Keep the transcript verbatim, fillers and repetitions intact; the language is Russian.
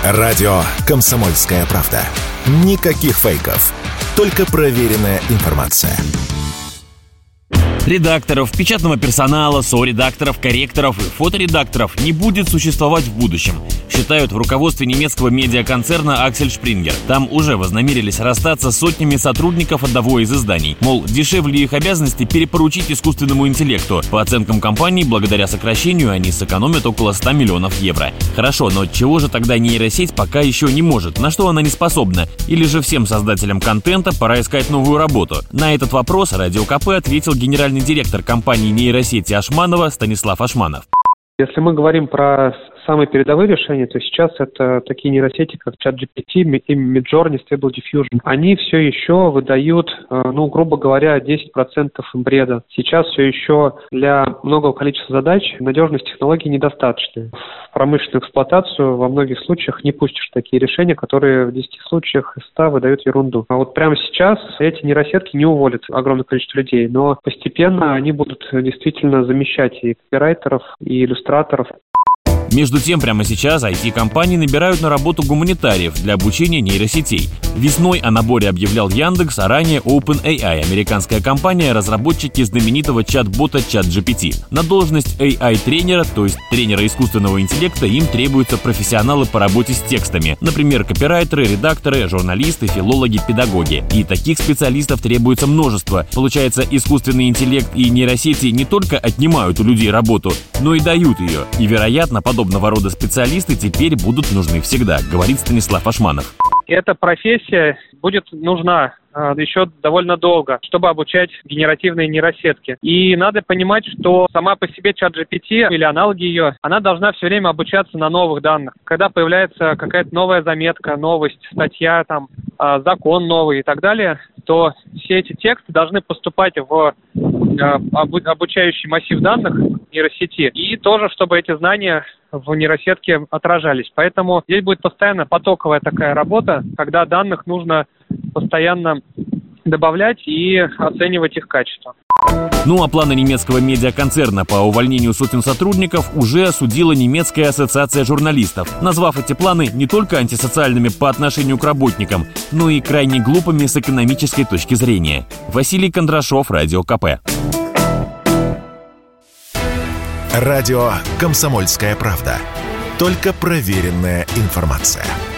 Радио «Комсомольская правда». Никаких фейков. Только проверенная информация. Редакторов, печатного персонала, соредакторов, корректоров и фоторедакторов не будет существовать в будущем, считают в руководстве немецкого медиаконцерна Axel Springer. Там уже вознамерились расстаться с сотнями сотрудников одного из изданий. Мол, дешевле их обязанности перепоручить искусственному интеллекту. По оценкам компании, благодаря сокращению они сэкономят около ста миллионов евро. Хорошо, но чего же тогда нейросеть пока еще не может? На что она не способна? Или же всем создателям контента пора искать новую работу? На этот вопрос Радио КП ответил генеральный директор компании нейросети Ашманова Станислав Ашманов. Если мы говорим про самые передовые решения, то сейчас это такие нейросети, как ChatGPT и Midjourney, Stable Diffusion. Они все еще выдают, ну, грубо говоря, десять процентов бреда. Сейчас все еще для многого количества задач надежность технологий недостаточна. В промышленную эксплуатацию во многих случаях не пустишь такие решения, которые в десяти случаях из ста выдают ерунду. А вот прямо сейчас эти нейросетки не уволят огромное количество людей, но постепенно они будут действительно замещать и копирайтеров, и иллюстраторов. Между тем, прямо сейчас ай ти-компании набирают на работу гуманитариев для обучения нейросетей. Весной о наборе объявлял Яндекс, а ранее OpenAI, американская компания, разработчики знаменитого чат-бота ChatGPT. На должность эй ай-тренера, то есть тренера искусственного интеллекта, им требуются профессионалы по работе с текстами. Например, копирайтеры, редакторы, журналисты, филологи, педагоги. И таких специалистов требуется множество. Получается, искусственный интеллект и нейросети не только отнимают у людей работу, но и дают ее. И, вероятно, подобные Подобного рода специалисты теперь будут нужны всегда, говорит Станислав Ашманов. Эта профессия будет нужна э, еще довольно долго, чтобы обучать генеративные нейросетки. И надо понимать, что сама по себе ChatGPT или аналоги ее, она должна все время обучаться на новых данных. Когда появляется какая-то новая заметка, новость, статья, там, э, закон новый и так далее, то все эти тексты должны поступать в э, обучающий массив данных нейросети. И тоже, чтобы эти знания в нейросетке отражались. Поэтому здесь будет постоянно потоковая такая работа, когда данных нужно постоянно добавлять и оценивать их качество. Ну а планы немецкого медиаконцерна по увольнению сотен сотрудников уже осудила немецкая ассоциация журналистов, назвав эти планы не только антисоциальными по отношению к работникам, но и крайне глупыми с экономической точки зрения. Василий Кондрашов, Радио КП. Радио «Комсомольская правда». Только проверенная информация.